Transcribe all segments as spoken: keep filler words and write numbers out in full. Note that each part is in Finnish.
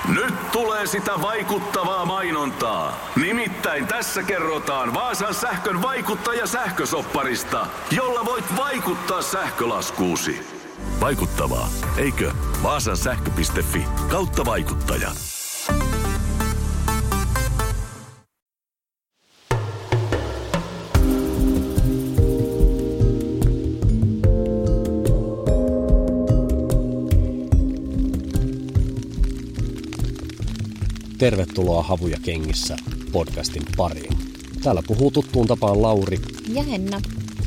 Nyt tulee sitä vaikuttavaa mainontaa. Nimittäin tässä kerrotaan Vaasan sähkön vaikuttaja sähkösopparista, jolla voit vaikuttaa sähkölaskuusi. Vaikuttavaa, eikö? Vaasan sähkö piste fi kautta vaikuttaja. Tervetuloa Havuja kengissä podcastin pariin. Täällä puhuu tuttuun tapaan Lauri ja Henna.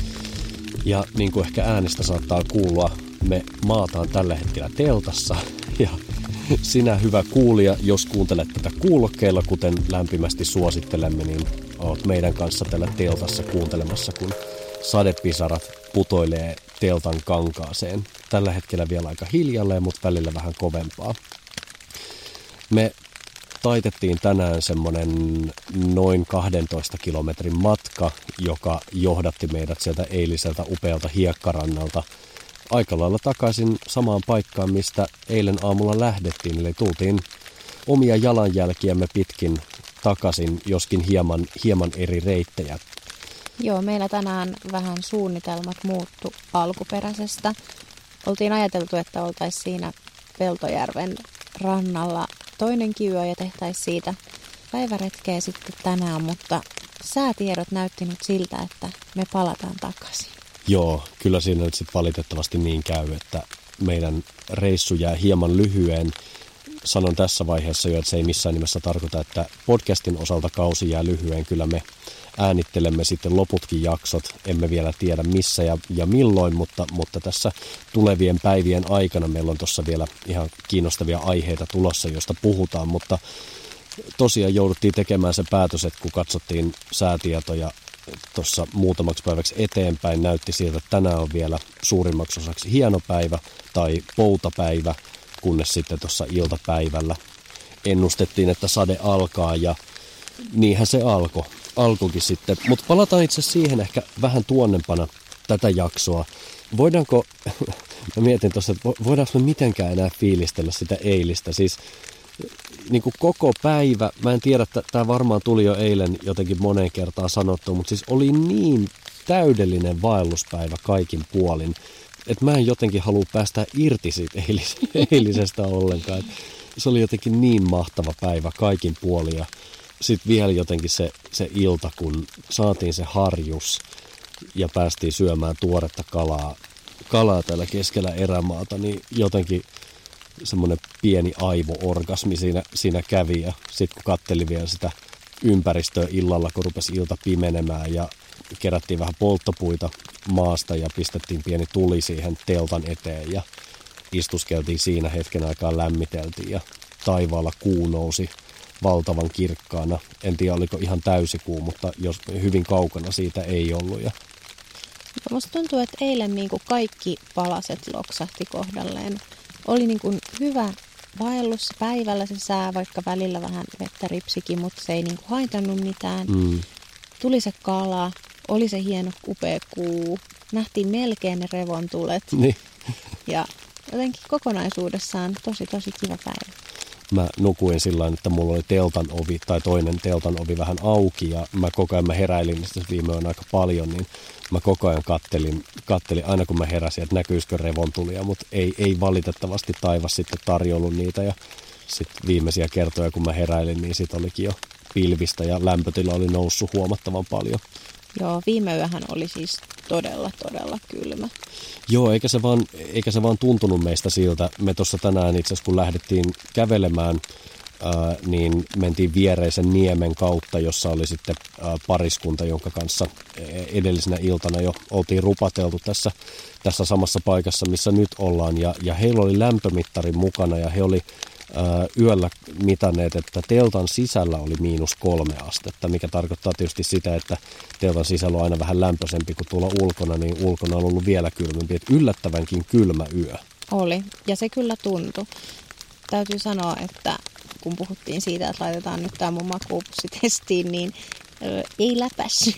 Ja niin kuin ehkä äänestä saattaa kuulua, me maataan tällä hetkellä teltassa. Ja sinä hyvä kuulija, jos kuuntelet tätä kuulokkeella, kuten lämpimästi suosittelemme, niin oot meidän kanssa tällä teltassa kuuntelemassa, kun sadepisarat putoilee teltan kankaaseen. Tällä hetkellä vielä aika hiljalleen, mutta välillä vähän kovempaa. Me taitettiin tänään semmonen noin kahdentoista kilometrin matka, joka johdatti meidät sieltä eiliseltä upealta hiekkarannalta aika lailla takaisin samaan paikkaan, mistä eilen aamulla lähdettiin. Eli tultiin omia jalanjälkiämme pitkin takaisin, joskin hieman, hieman eri reittejä. Joo, meillä tänään vähän suunnitelmat muuttu alkuperäisestä. Oltiin ajateltu, että oltaisiin siinä Peltojärven rannalla toinenkin yö ja tehtäisiin siitä päiväretkeä sitten tänään, mutta säätiedot näytti nyt siltä, että me palataan takaisin. Joo, kyllä siinä nyt sitten valitettavasti niin käy, että meidän reissu jää hieman lyhyen. Sanon tässä vaiheessa jo, että se ei missään nimessä tarkoita, että podcastin osalta kausi jää lyhyen. Kyllä me äänittelemme sitten loputkin jaksot, emme vielä tiedä missä ja, ja milloin, mutta, mutta tässä tulevien päivien aikana meillä on tuossa vielä ihan kiinnostavia aiheita tulossa, joista puhutaan, mutta tosiaan jouduttiin tekemään se päätös, että kun katsottiin säätietoja tuossa muutamaksi päiväksi eteenpäin, näytti siltä, että tänään on vielä suurimmaksi osaksi hieno päivä tai poutapäivä, kunnes sitten tuossa iltapäivällä ennustettiin, että sade alkaa ja niinhän se alkoi. Alkoikin sitten, mutta palataan itse siihen ehkä vähän tuonnempana tätä jaksoa. Voidaanko, mä mietin tuossa, että voidaanko me mitenkään enää fiilistellä sitä eilistä, siis niin kuin koko päivä, mä en tiedä, että tämä varmaan tuli jo eilen jotenkin moneen kertaan sanottu, mutta siis oli niin täydellinen vaelluspäivä kaikin puolin, että mä en jotenkin halua päästä irti siitä eilisestä ollenkaan. Se oli jotenkin niin mahtava päivä kaikin puolin ja sitten vielä jotenkin se, se ilta, kun saatiin se harjus ja päästiin syömään tuoretta kalaa, kalaa täällä keskellä erämaata, niin jotenkin semmoinen pieni aivoorgasmi siinä, siinä kävi. Ja sitten kun katselin vielä sitä ympäristöä illalla, kun rupesi ilta pimenemään ja kerättiin vähän polttopuita maasta ja pistettiin pieni tuli siihen teltan eteen ja istuskeltiin siinä hetken aikaa, lämmiteltiin ja taivaalla kuu nousi valtavan kirkkaana. En tiedä, oliko ihan täysikuu, mutta jos hyvin kaukana siitä ei ollut. Ja musta tuntuu, että eilen niin kuin kaikki palaset loksahti kohdalleen. Oli niin kuin hyvä vaellus päivällä se sää, vaikka välillä vähän vettä ripsikin, mutta se ei niin kuin haitannut mitään. Mm. Tuli se kala, oli se hieno upea kuu, nähtiin melkein ne revontulet. Niin. Ja jotenkin kokonaisuudessaan tosi tosi kiva päivä. Mä nukuin sillä tavalla, että mulla oli teltan ovi tai toinen teltan ovi vähän auki ja mä koko ajan mä heräilin, että viime on aika paljon, niin mä koko ajan kattelin, kattelin aina kun mä heräsin, että näkyisikö revontulia, mutta ei, ei valitettavasti taivas sitten tarjollut niitä ja sitten viimeisiä kertoja kun mä heräilin, niin sit olikin jo pilvistä ja lämpötila oli noussut huomattavan paljon. Joo, viime yöhän oli siis todella, todella kylmä. Joo, eikä se vaan, eikä se vaan tuntunut meistä siltä. Me tuossa tänään itse asiassa kun lähdettiin kävelemään, ää, niin mentiin viereisen niemen kautta, jossa oli sitten ää, pariskunta, jonka kanssa edellisenä iltana jo oltiin rupateltu tässä, tässä samassa paikassa, missä nyt ollaan. Ja, ja heillä oli lämpömittari mukana ja he oli yöllä mitanneet, että teltan sisällä oli miinus kolme astetta, mikä tarkoittaa tietysti sitä, että teltan sisällä on aina vähän lämpöisempi kuin tuolla ulkona, niin ulkona on ollut vielä kylmempi, että yllättävänkin kylmä yö. Oli, ja se kyllä tuntui. Täytyy sanoa, että kun puhuttiin siitä, että laitetaan nyt tämä mun makuupussi testiin, niin ö, ei läpässy.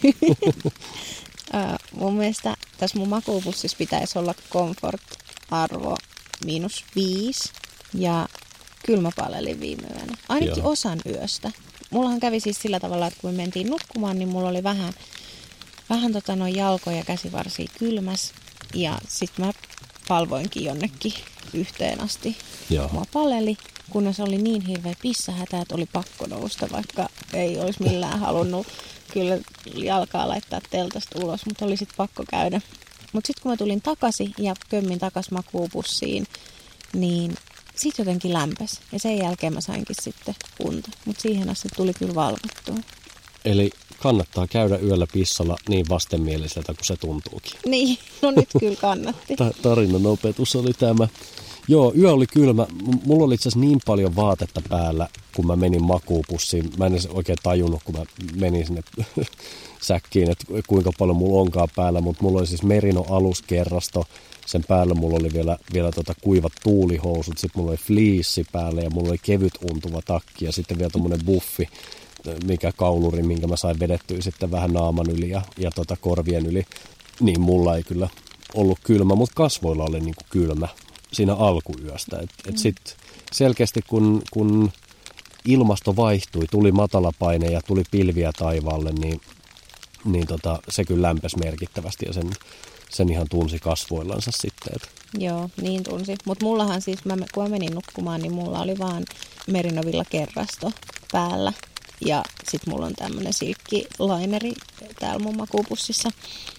Mun mielestä tässä mun makuupussissa pitäisi olla comfort-arvo miinus viisi, ja kylmäpalelin viime yönä. Ainakin Joo. osan yöstä. Mullahan kävi siis sillä tavalla, että kun me mentiin nukkumaan, niin mulla oli vähän, vähän tota noin jalkoja ja käsivarsia kylmäs. Ja sit mä palvoinkin jonnekin yhteen asti. Joo. Mua paleli, kunnes oli niin hirveä pissähätä, että oli pakko nousta, vaikka ei olisi millään halunnut kyllä jalkaa laittaa teltasta ulos, mutta oli sitten pakko käydä. Mutta sitten kun mä tulin takaisin ja kömmin takas makuupussiin, niin sitten jotenkin lämpesi. Ja sen jälkeen mä sainkin sitten kunta. Mutta siihen asti tuli kyllä valvottua. Eli kannattaa käydä yöllä pissalla niin vastenmieliseltä kuin se tuntuukin. Niin, no nyt kyllä kannatti. Ta- tarinan opetus oli tämä. Joo, yö oli kylmä. M- mulla oli itse asiassa niin paljon vaatetta päällä, kun mä menin makuupussiin. Mä en edes oikein tajunnut, kun mä menin sinne säkkiin, että kuinka paljon mulla onkaan päällä. Mutta mulla oli siis merino-aluskerrasto. Sen päällä mulla oli vielä, vielä tota kuivat tuulihousut. Sitten mulla oli fleece päällä ja mulla oli kevyt untuva takki. Ja sitten vielä tommonen buffi, mikä kauluri, minkä mä sain vedettyä sitten vähän naaman yli ja, ja tota korvien yli. Niin mulla ei kyllä ollut kylmä, mutta kasvoilla oli niinku kylmä siinä alkuyöstä. Et, et sit selkeästi kun, kun ilmasto vaihtui, tuli matalapaine ja tuli pilviä taivaalle, niin, niin tota, se kyllä lämpesi merkittävästi ja sen, sen ihan tunsi kasvoillansa sitten. Et. Joo, niin tunsi. Mutta mullahan siis, mä, kun mä menin nukkumaan, niin mulla oli vaan merinovilla kerrasto päällä. Ja sit mulla on tämmönen silkkilaineri täällä mun makuupussissa.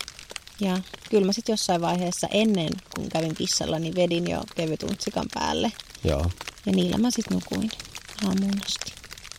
Ja kyllä mä sit jossain vaiheessa ennen, kun kävin pissalla, niin vedin jo kevytuntsikan päälle. Joo. Ja niillä mä sit nukuin aamuun asti.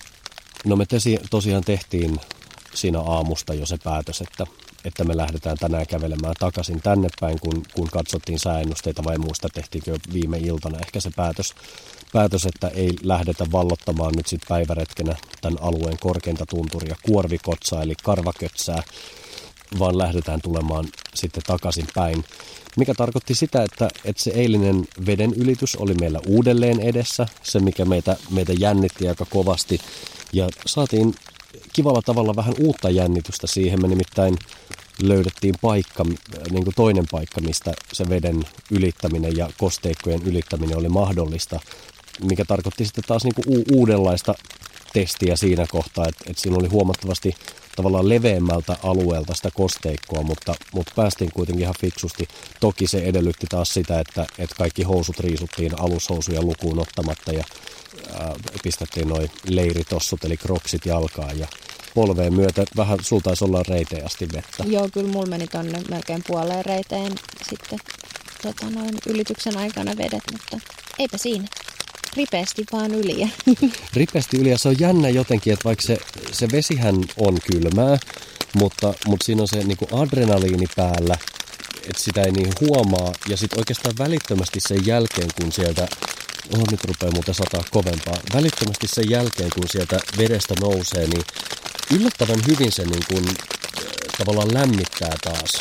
No me tesi, tosiaan tehtiin siinä aamusta jo se päätös, että, että me lähdetään tänään kävelemään takaisin tänne päin, kun, kun katsottiin sääennusteita, vai muista tehtiinkö jo viime iltana ehkä se päätös, päätös että ei lähdetä vallottamaan nyt sitten päiväretkenä tämän alueen korkeinta tunturia Kuorvikotsaa eli Karvakötsää, vaan lähdetään tulemaan sitten takaisin päin. Mikä tarkoitti sitä, että, että se eilinen veden ylitys oli meillä uudelleen edessä, se mikä meitä, meitä jännitti aika kovasti. Ja saatiin kivalla tavalla vähän uutta jännitystä siihen. Me nimittäin löydettiin paikka, niin kuin toinen paikka, mistä se veden ylittäminen ja kosteikkojen ylittäminen oli mahdollista. Mikä tarkoitti sitten taas niin kuin u- uudenlaista testiä siinä kohtaa, että, että siinä oli huomattavasti tavallaan leveämmältä alueelta sitä kosteikkoa, mutta, mutta päästiin kuitenkin ihan fiksusti. Toki se edellytti taas sitä, että, että kaikki housut riisuttiin alushousuja lukuun ottamatta ja ää, pistettiin noi leiritossut eli kroksit jalkaan ja polveen myötä vähän sulta taisi olla reiteen asti vettä. Joo, kyllä mulla meni tonne melkein puoleen reiteen sitten tota noin, ylityksen aikana vedet, mutta eipä siinä. Ripeästi vaan yli. Ripeästi yli ja se on jännä jotenkin, että vaikka se, se vesihän on kylmää, mutta, mutta siinä on se niin kuin adrenaliini päällä, että sitä ei niin huomaa. Ja sitten oikeastaan välittömästi sen jälkeen, kun sieltä, oh nyt rupeaa muuten sataa kovempaa, välittömästi sen jälkeen, kun sieltä vedestä nousee, niin yllättävän hyvin se niin kuin, tavallaan lämmittää taas.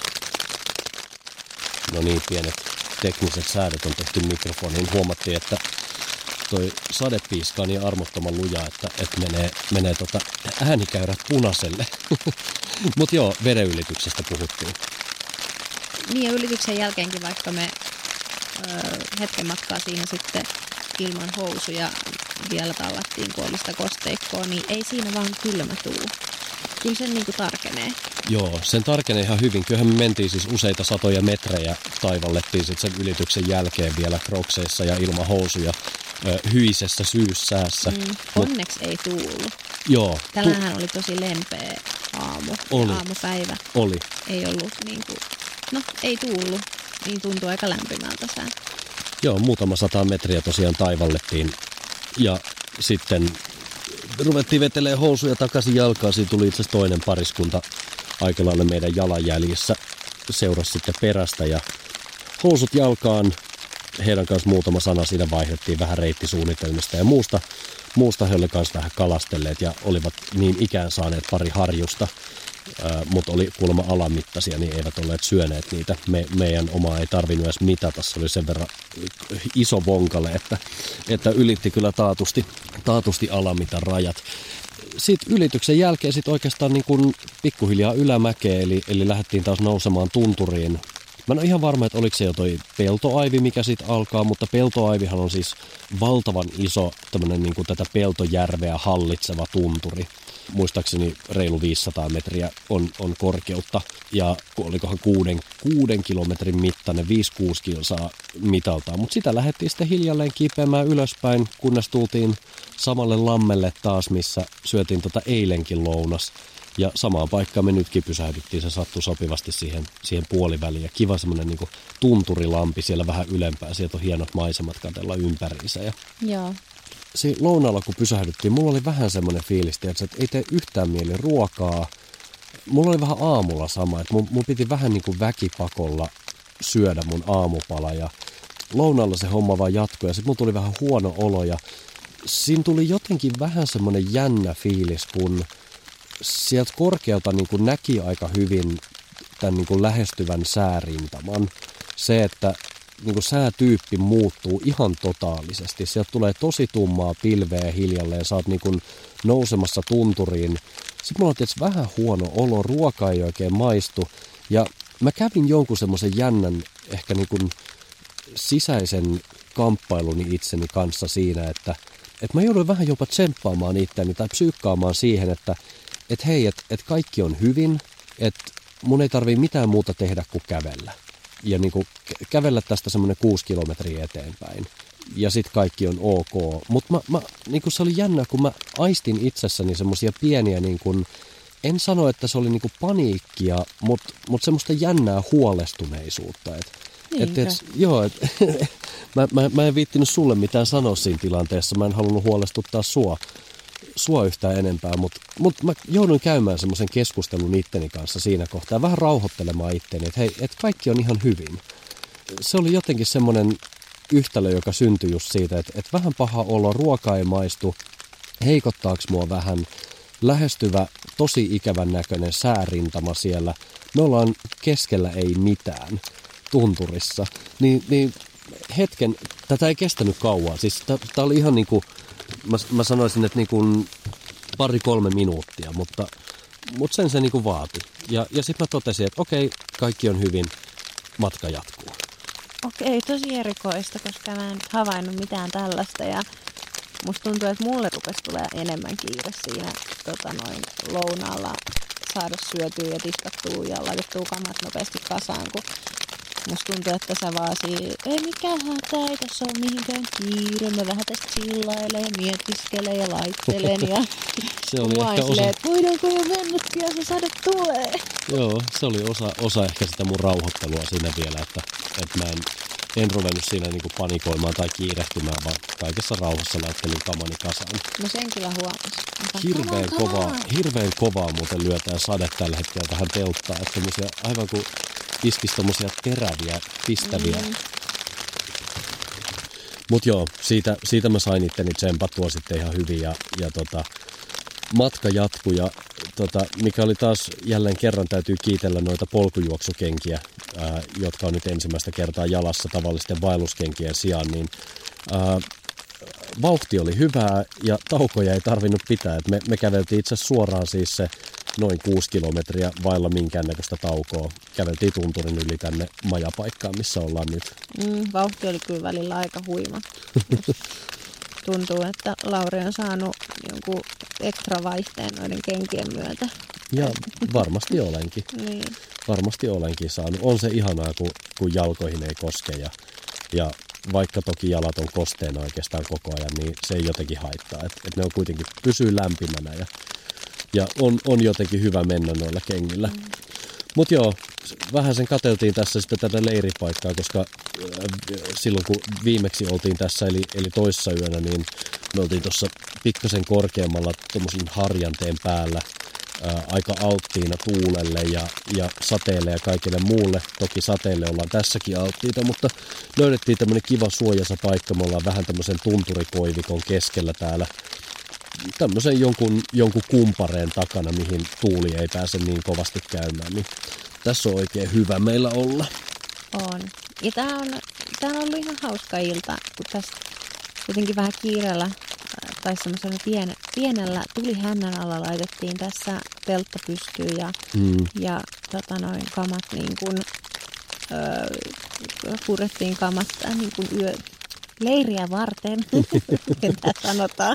No niin, pienet tekniset säädöt on tehty mikrofoniin. Huomattiin, että toi sadepiiska on niin armottoman luja, että, että menee, menee tota äänikäyrät punaiselle. Mutta joo, veden ylityksestä puhuttiin. Niin ja ylityksen jälkeenkin, vaikka me ö, hetken matkaa siihen sitten ilman housuja vielä tallattiin kuolista kosteikkoa, niin ei siinä vaan kylmä tuu. Kyllä sen niin kuin tarkenee. Joo, sen tarkenee ihan hyvin. Kyllähän me mentiin siis useita satoja metrejä, taivallettiin sitten sen ylityksen jälkeen vielä krokseissa ja ilman housuja ö, hyisessä syyssäässä. Mm, onneksi Mut, ei tuullut. Joo. Tänäänhän tu- oli tosi lempeä aamu oli. aamupäivä. Oli. Ei ollut niin kuin, no ei tuullut, niin tuntui aika lämpimältä sää. Joo, muutama sata metriä tosiaan taivallettiin ja sitten ruvettiin vetelemään housuja takaisin jalkaan. Siinä tuli itse asiassa toinen pariskunta aika lailla meidän jalanjäljissä. Seurasi sitten perästä ja housut jalkaan. Heidän kanssa muutama sana siinä vaihdettiin vähän reittisuunnitelmista ja muusta. Muusta he olivat kanssa vähän kalastelleet ja olivat niin ikään saaneet pari harjusta. Äh, mutta oli kuulemma alamittaisia, niin eivät olleet syöneet niitä. Me, meidän omaa ei tarvinnut edes mitata, se oli sen verran iso vonkale, että, että ylitti kyllä taatusti, taatusti alamitan rajat. Sitten ylityksen jälkeen sit oikeastaan niin kuin pikkuhiljaa ylämäkeen, eli, eli lähdettiin taas nousemaan tunturiin Mä en ole ihan varma, että oliko se jo toi peltoaivi, mikä sit alkaa, mutta peltoaivihan on siis valtavan iso tämmönen niin kuin tätä peltojärveä hallitseva tunturi. Muistaakseni reilu viisisataa metriä on, on korkeutta ja olikohan kuuden, kuuden kilometrin mittainen, viisi kuusi kilsaa mitaltaan. Mutta sitä lähdettiin sitten hiljalleen kiipeämään ylöspäin, kunnes tultiin samalle lammelle taas, missä syötiin tota eilenkin lounas. Ja samaan paikkaan me nytkin pysähdyttiin, se sattui sopivasti siihen, siihen puoliväliin. Ja kiva semmoinen niin kuin tunturilampi siellä vähän ylempää, sieltä on hienot maisemat katsella ympäriinsä. Ja Joo. siinä lounaalla kun pysähdyttiin, mulla oli vähän semmoinen fiilis, että ei tee yhtään mieli ruokaa. Mulla oli vähän aamulla sama, että mun, mun piti vähän niin kuin väkipakolla syödä mun aamupala. Ja lounaalla se homma vaan jatkui ja sitten mulla tuli vähän huono olo. Ja siinä tuli jotenkin vähän semmoinen jännä fiilis, kun sieltä korkealta niin kuin näki aika hyvin tämän niin kuin lähestyvän säärintaman. Se, että niin kuin säätyyppi muuttuu ihan totaalisesti. Sieltä tulee tosi tummaa pilveä hiljalleen, sä oot niin kuin nousemassa tunturiin. Sitten mulla on tietysti vähän huono olo, ruoka ei oikein maistu. Ja mä kävin jonkun semmoisen jännän, ehkä niin kuin sisäisen kamppailuni itseni kanssa siinä, että, että mä jouduin vähän jopa tsemppaamaan itseäni tai psyykkaamaan siihen, että että hei, että et kaikki on hyvin, että mun ei tarvii mitään muuta tehdä kuin kävellä. Ja niin kuin kävellä tästä semmoinen kuusi kilometriä eteenpäin. Ja sit kaikki on ok. Mutta niin se oli jännä, kun mä aistin itsessäni semmoisia pieniä, niin kuin, en sano, että se oli niin kuin paniikkia, mutta mut semmoista jännää huolestuneisuutta. Et, et, et, joo, et, mä, mä, mä en viittinyt sulle mitään sanoa siinä tilanteessa, mä en halunnut huolestuttaa sua. sua yhtään enempää, mutta mut mä jouduin käymään semmoisen keskustelun itteni kanssa siinä kohtaa ja vähän rauhoittelemaan itteni, että hei, että kaikki on ihan hyvin. Se oli jotenkin semmoinen yhtälö, joka syntyi just siitä, että, että vähän paha olo, ruoka ei maistu, heikottaako mua vähän, lähestyvä, tosi ikävän näköinen säärintama siellä, me ollaan keskellä ei mitään tunturissa, niin, niin hetken, tätä ei kestänyt kauan, siis tää oli ihan niinku Mä, mä sanoisin, että niin kuin pari-kolme minuuttia, mutta, mutta sen se niin kuin vaati. Ja, ja sitten mä totesin, että okei, kaikki on hyvin, matka jatkuu. Okei, tosi erikoista, koska mä en havainnut mitään tällaista. Ja musta tuntuu, että mulle rupesi tulee enemmän kiire siinä tota noin, lounaalla saada syötyä ja tiskattua ja laitettua kamat nopeasti kasaan, kun musta tuntuu, että sä vaan siinä, ei mikään hätä, ei tässä ole mihinkään kiire, mä vähän tästä chillailen ja mietiskelen ja laittelen ja se oli ehkä osa, että voidaanko jo mennä, kyllä se sade tulee. Joo, se oli osa, osa ehkä sitä mun rauhoittelua siinä vielä, että, että mä en, en ruvennut siinä niinku panikoimaan tai kiirehtymään, vaan kaikessa rauhassa laittelin kamani kasaan. No sen kyllä huomasin. Hirveän kovaa, hirveän kovaa muuten lyötään sade tällä hetkellä tähän telttaan, että semmosia, aivan kuin iskisi tommosia teräviä, pistäviä. Mm. Mut joo, siitä, siitä mä sain itteni tsempattua sitten ihan hyvin ja, ja tota, matka jatkui ja tota, mikä oli taas jälleen kerran täytyy kiitellä noita polkujuoksukenkiä, ää, jotka on nyt ensimmäistä kertaa jalassa tavallisten vaelluskenkien sijaan, niin ää, vauhti oli hyvää ja taukoja ei tarvinnut pitää. Et me, me käveltiin itse suoraan siis se noin kuusi kilometriä vailla minkäännäköistä taukoa. Käveltiin tunturin yli tänne majapaikkaan, missä ollaan nyt. Mm, vauhti oli kyllä välillä aika huima. Tuntuu, että Lauri on saanut jonkun ekstra vaihteen noiden kenkien myötä. Ja varmasti olenkin. Niin. Varmasti olenkin saanut. On se ihanaa, kun, kun jalkoihin ei koske ja, ja vaikka toki jalat on kosteena oikeastaan koko ajan, niin se ei jotenkin haittaa. Et, et ne on kuitenkin pysyy lämpimänä ja, ja on, on jotenkin hyvä mennä noilla kengillä. Mm. Mutta joo, vähän sen katseltiin tässä sitten tätä leiripaikkaa, koska äh, silloin kun viimeksi oltiin tässä, eli, eli toissa yönä, niin me oltiin tuossa pikkasen korkeammalla tuommoisen harjanteen päällä, ää, aika alttiina tuulelle ja, ja sateelle ja kaikille muulle. Toki sateelle ollaan tässäkin alttiita, mutta löydettiin tämmöinen kiva suojassa paikka. Me ollaan vähän tämmöisen tunturikoivikon keskellä täällä. Tämmöisen jonkun, jonkun kumpareen takana, mihin tuuli ei pääse niin kovasti käymään. Niin tässä on oikein hyvä meillä olla. On. Ja tää on, tää on ollut ihan hauska ilta, kun tässä jotenkin vähän kiireellä tai semmoisella pien, pienellä tulihännän alla laitettiin tässä teltta pystyyn ja, mm. ja tota noin, kamat niin kuin öö, purettiin kamat niin kuin yö, leiriä varten, mitä sanotaan.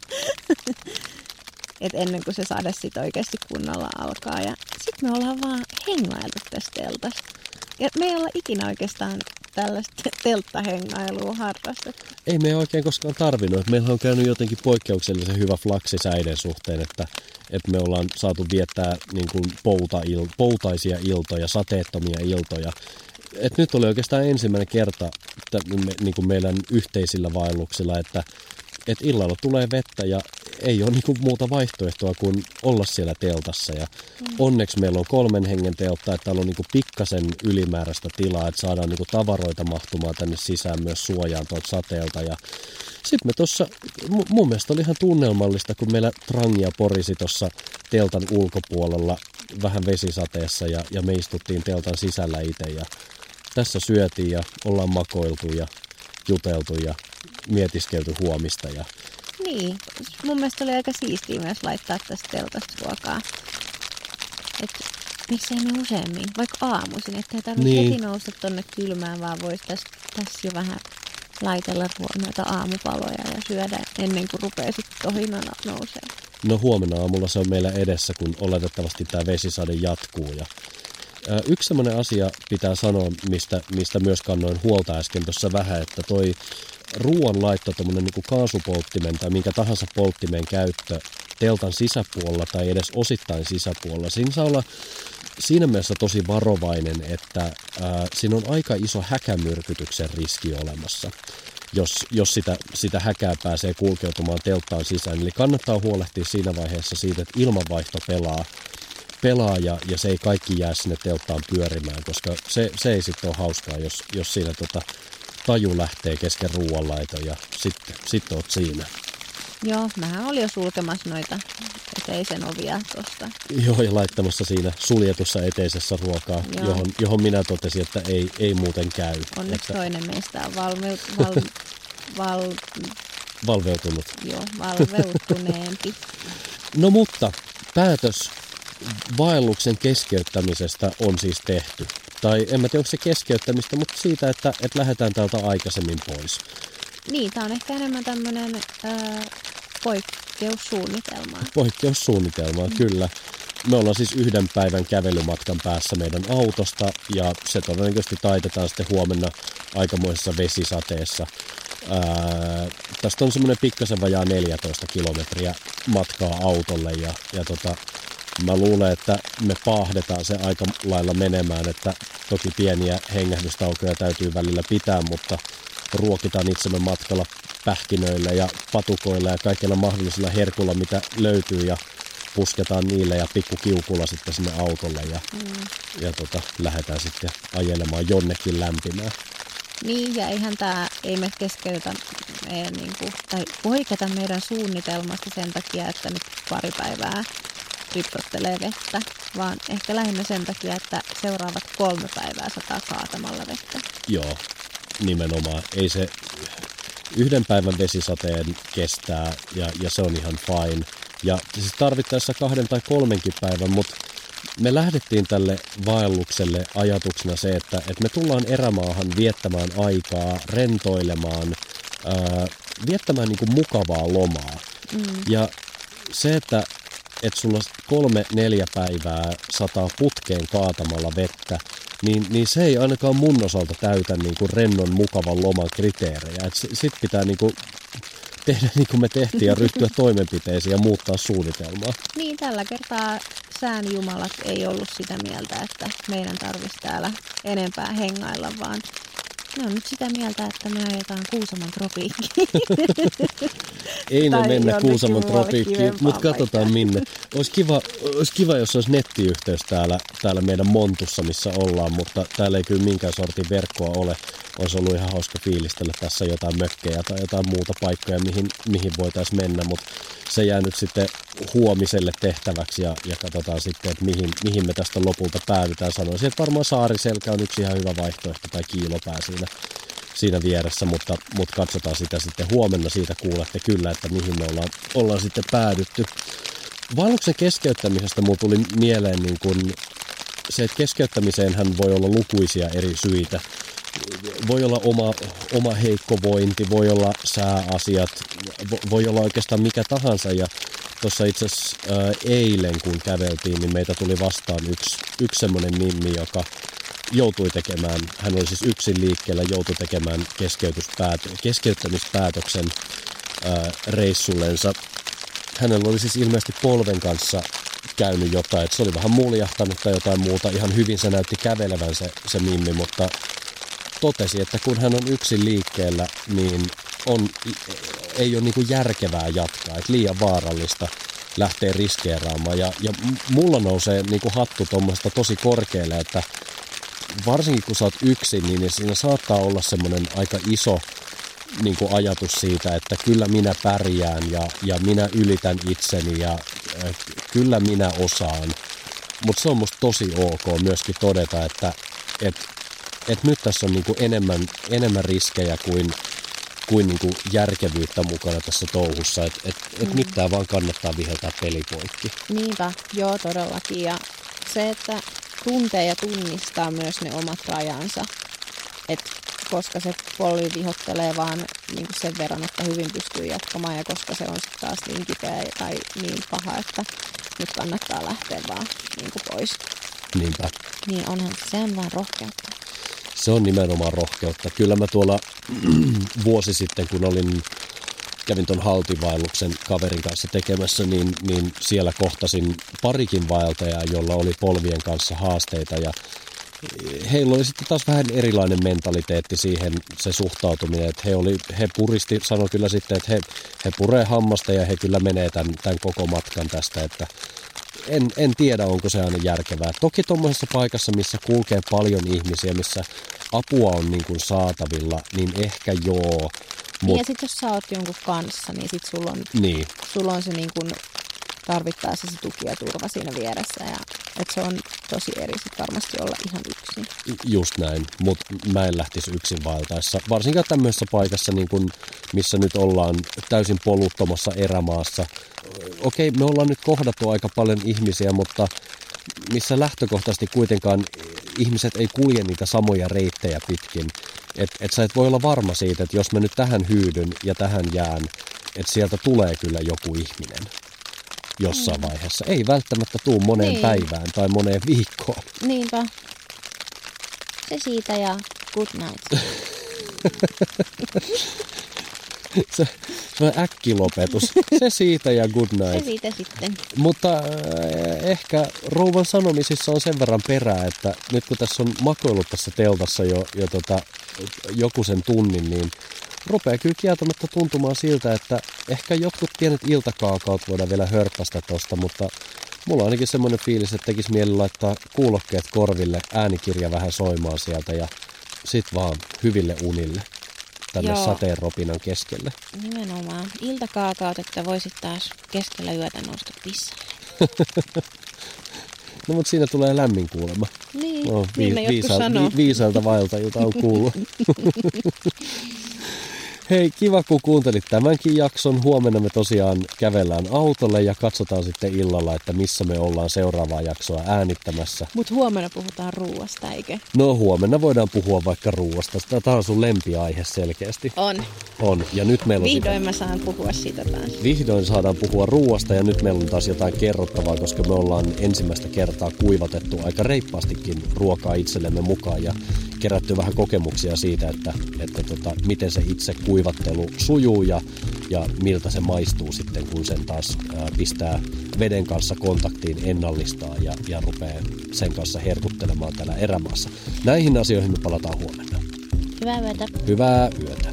Et ennen kuin se sade sit oikeasti kunnolla alkaa. Ja sitten me ollaan vaan hengailtu tässä teltassa. Ja me ei olla ikinä oikeastaan tällaista telttahengailua harrastettu. Ei me oikein koskaan tarvinnut. Meillä on käynyt jotenkin poikkeuksellisen hyvä flaksi säiden suhteen, että, että me ollaan saatu viettää niin kuin pouta il, poutaisia iltoja, sateettomia iltoja. Et nyt oli oikeastaan ensimmäinen kerta että me, niin kuin meidän yhteisillä vaelluksilla, että, että illalla tulee vettä ja ei ole niin kuin muuta vaihtoehtoa kuin olla siellä teltassa. Ja mm. onneksi meillä on kolmen hengen teltta, että täällä on niin kuin pikkasen ylimääräistä tilaa, että saadaan niin kuin tavaroita mahtumaan tänne sisään myös suojaan tuolta sateelta. Ja sitten me tuossa, mun mielestä oli ihan tunnelmallista, kun meillä trangia porisi tuossa teltan ulkopuolella vähän vesisateessa ja, ja me istuttiin teltan sisällä itse. Ja tässä syötiin ja ollaan makoiltu ja juteltu ja mietiskelty huomista. Ja niin, mun mielestä oli aika siistiä myös laittaa tästä teltasta ruokaa. Että miksei me useammin, vaikka aamuisin, ettei tarvitse niin heti nousta tonne kylmään, vaan voisi tässä täs jo vähän laitella noita aamupaloja ja syödä ennen kuin rupeaa sitten tohinana nousee. No huomenna aamulla se on meillä edessä, kun oletettavasti tämä vesisade jatkuu. Ja ää, yksi sellainen asia pitää sanoa, mistä, mistä myös kannoin huolta äsken tuossa vähän, että toi ruoan laitto, tuommoinen niin kuin kaasupolttimen tai minkä tahansa polttimen käyttö teltan sisäpuolella tai edes osittain sisäpuolella. Siinä saa olla siinä mielessä tosi varovainen, että ää, siinä on aika iso häkämyrkytyksen riski olemassa, jos, jos sitä, sitä häkää pääsee kulkeutumaan telttaan sisään. Eli kannattaa huolehtia siinä vaiheessa siitä, että ilmanvaihto pelaa, pelaa ja, ja se ei kaikki jää sinne telttaan pyörimään, koska se, se ei sitten ole hauskaa, jos, jos siinä tota, taju lähtee kesken ruoanlaiton ja sitten sit oot siinä. Joo, mähän olin jo sulkemassa noita eteisen ovia tuosta. Joo, ja laittamassa siinä suljetussa eteisessä ruokaa, johon, johon minä totesin, että ei, ei muuten käy. Onneksi että toinen meistä on valmeut, val, val, valveutunut. Joo, valveutuneempi. No mutta päätös vaelluksen keskeyttämisestä on siis tehty. Tai en mä tiedä, onko se keskeyttämistä, mutta siitä, että, että lähdetään täältä aikaisemmin pois. Niin, tää on ehkä enemmän tämmönen ää, poikkeussuunnitelma. Poikkeussuunnitelma, mm. kyllä. Me ollaan siis yhden päivän kävelymatkan päässä meidän autosta ja se todennäköisesti taitetaan sitten huomenna aikamoisessa vesisateessa. Ää, tästä on semmoinen pikkasen vajaa neljätoista kilometriä matkaa autolle ja, ja tota, mä luulen, että me paahdetaan se aika lailla menemään, että toki pieniä hengähdystaukoja täytyy välillä pitää, mutta ruokitaan itsemme matkalla pähkinöillä ja patukoilla ja kaikilla mahdollisilla herkulla, mitä löytyy ja pusketaan niille ja pikkukiukulla sitten sinne autolle ja, mm. ja tota, lähdetään sitten ajelemaan jonnekin lämpimään. Niin, ja eihän tämä, ei me keskeytä meidän, niin kuin, tai poiketa meidän suunnitelmasta sen takia, että nyt pari päivää ripsottelee vettä, vaan ehkä lähinnä sen takia, että seuraavat kolme päivää sataa kaatamalla vettä. Joo, nimenomaan. Ei se yhden päivän vesisateen kestää ja, ja se on ihan fine. Ja siis tarvittaessa kahden tai kolmenkin päivän, mutta me lähdettiin tälle vaellukselle ajatuksena se, että, että me tullaan erämaahan viettämään aikaa, rentoilemaan, ää, viettämään niin kuin mukavaa lomaa. Mm. Ja se, että, että sulla kolme, neljä päivää sataa putkeen kaatamalla vettä, niin, niin se ei ainakaan mun osalta täytä niin kuin rennon mukavan loman kriteerejä. Sitten pitää niin kuin tehdä niin kuin me tehtiin ja ryhtyä toimenpiteisiin ja muuttaa suunnitelmaa. Niin, tällä kertaa säänjumalat ei ollut sitä mieltä, että meidän tarvitsisi täällä enempää hengailla, vaan ne on nyt sitä mieltä, että me ajetaan Kuusamon tropiikkiin. Ei ne mennä Kuusamon tropiikkiin, mutta katsotaan minne. Olisi kiva, olisi kiva, jos olisi nettiyhteys täällä, täällä meidän Montussa, missä ollaan, mutta täällä ei kyllä minkään sortin verkkoa ole. Olisi ollut ihan hauska fiilistellä tässä jotain mökkejä tai jotain muuta paikkoja, mihin, mihin voitaisiin mennä, mutta se jää nyt sitten huomiselle tehtäväksi ja, ja katsotaan sitten, että mihin, mihin me tästä lopulta päädytään. Sanoisin, että varmaan Saariselkä on yksi ihan hyvä vaihtoehto tai Kiilopää siinä, siinä vieressä, mutta, mutta katsotaan sitä sitten huomenna. Siitä kuulette kyllä, että mihin me ollaan, ollaan sitten päädytty. Vaelluksen keskeyttämisestä mulla tuli mieleen niin kuin se, että keskeyttämiseenhän voi olla lukuisia eri syitä. Voi olla oma, oma heikkovointi, voi olla sääasiat, voi olla oikeastaan mikä tahansa. Ja tuossa itse asiassa ää, eilen, kun käveltiin, niin meitä tuli vastaan yksi, yksi semmoinen mimmi, joka joutui tekemään, hän oli siis yksin liikkeellä, joutui tekemään keskeyttämispäätöksen ää, reissullensa. Hänellä oli siis ilmeisesti polven kanssa käynyt jotain, että se oli vähän muljahtanut tai jotain muuta. Ihan hyvin se näytti kävelevän se, se mimmi, mutta totesi, että kun hän on yksin liikkeellä, niin on, ei ole niin kuin järkevää jatkaa, että liian vaarallista lähtee riskeeraamaan. Ja, ja mulla nousee niin kuin hattu tuommoista tosi korkealle, että varsinkin kun sä oot yksin, niin siinä saattaa olla semmoinen aika iso niin kuin ajatus siitä, että kyllä minä pärjään ja, ja minä ylitän itseni ja äh, kyllä minä osaan. Mutta se on musta tosi ok myöskin todeta, että et, et nyt tässä on niin kuin enemmän, enemmän riskejä kuin, kuin, niin kuin järkevyyttä mukana tässä touhussa. Että et, et mm. nyt tää vaan kannattaa viheltää pelipoikki. Niinpä, joo todellakin. Ja se, että tuntee ja tunnistaa myös ne omat rajansa. Et koska se polvi vihottelee vaan niin kuin sen verran, että hyvin pystyy jatkamaan ja koska se on sitten taas niin kipeä tai niin paha, että nyt kannattaa lähteä vaan niin kuin pois. Niinpä. Niin onhan se on vaan rohkeutta. Se on nimenomaan rohkeutta. Kyllä mä tuolla vuosi sitten, kun olin, kävin ton haltivaelluksen kaverin kanssa tekemässä, niin, niin siellä kohtasin parikin vaeltajaa, jolla oli polvien kanssa haasteita ja heillä oli sitten taas vähän erilainen mentaliteetti siihen, se suhtautuminen, että he, oli, he puristi, sanoi kyllä sitten, että he, he puree hammasta ja he kyllä menee tämän, tämän koko matkan tästä, että en, en tiedä, onko se aina järkevää. Toki tuommoisessa paikassa, missä kulkee paljon ihmisiä, missä apua on niin kuin saatavilla, niin ehkä joo. Mut... Niin ja sitten jos sä oot jonkun kanssa, niin sitten sulla on, niin. sulla on se niin kuin tarvittaessa se tuki ja turva siinä vieressä. Ja, että se on tosi eri sit varmasti olla ihan yksin. Just näin, mutta mä en lähtisi yksin vaeltaessa. Varsinkaan tämmöisessä paikassa, niin kun, missä nyt ollaan täysin poluttomassa erämaassa. Okei, me ollaan nyt kohdattu aika paljon ihmisiä, mutta missä lähtökohtaisesti kuitenkaan ihmiset ei kulje niitä samoja reittejä pitkin. Että et sä et voi olla varma siitä, että jos mä nyt tähän hyydyn ja tähän jään, että sieltä tulee kyllä joku ihminen jossain mm. vaiheessa. Ei välttämättä tuu moneen niin. päivään tai moneen viikkoon. Niinpä. Se siitä ja good night. se, se on äkkilopetus. Se siitä ja good night. Se siitä sitten. Mutta äh, ehkä rouvan sanomisissa on sen verran perää, että nyt kun tässä on makoillut tässä teltassa jo, jo tota, joku sen tunnin, niin rupeaa kyllä kieltämättä tuntumaan siltä, että ehkä jotkut pienet iltakaakaut voidaan vielä hörppästä tosta, mutta mulla on ainakin semmoinen fiilis, että tekisi mieli laittaa kuulokkeet korville, äänikirja vähän soimaan sieltä ja sit vaan hyville unille tänne Joo. sateenropinan keskelle. Nimenomaan. Iltakaakaut, että voisit taas keskellä yötä nousta pissalle. No mutta siinä tulee lämmin kuulema. Niin, no, niin vi- viisa- vi- viisailta vaeltajilta on kuullut. Hei, kiva kun kuuntelit tämänkin jakson. Huomenna me tosiaan kävellään autolle ja katsotaan sitten illalla, että missä me ollaan seuraavaa jaksoa äänittämässä. Mutta huomenna puhutaan ruuasta, eikö? No huomenna voidaan puhua vaikka ruuasta. Tämä on sun lempiaihe selkeästi. On. On. Ja nyt meillä on Vihdoin sitä... mä saan puhua siitä taas. Vihdoin saadaan puhua ruuasta ja nyt meillä on taas jotain kerrottavaa, koska me ollaan ensimmäistä kertaa kuivatettu aika reippaastikin ruokaa itsellemme mukaan ja kerätty vähän kokemuksia siitä, että, että tota, miten se itse kuivattelu sujuu ja, ja miltä se maistuu sitten, kun sen taas ää, pistää veden kanssa kontaktiin, ennallistaa ja, ja rupeaa sen kanssa herkuttelemaan täällä erämaassa. Näihin asioihin me palataan huomenna. Hyvää yötä. Hyvää yötä.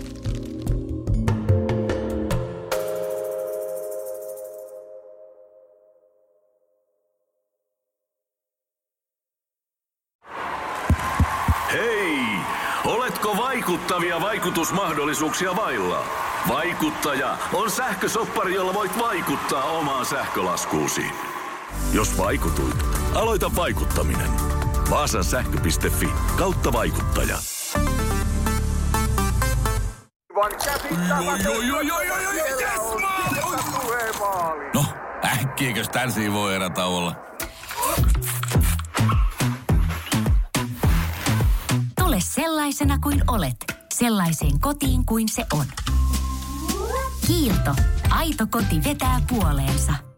Oletko vaikuttavia vaikutusmahdollisuuksia vailla? Vaikuttaja on sähkösoppari, jolla voit vaikuttaa omaan sähkölaskuusi. Jos vaikutuit, aloita vaikuttaminen. Vaasan sähkö piste fi kautta vaikuttaja. No, äkkiäkös tän voi erätä olla? sellaisena kuin olet, sellaiseen kotiin kuin se on. Kiilto. Aito koti vetää puoleensa.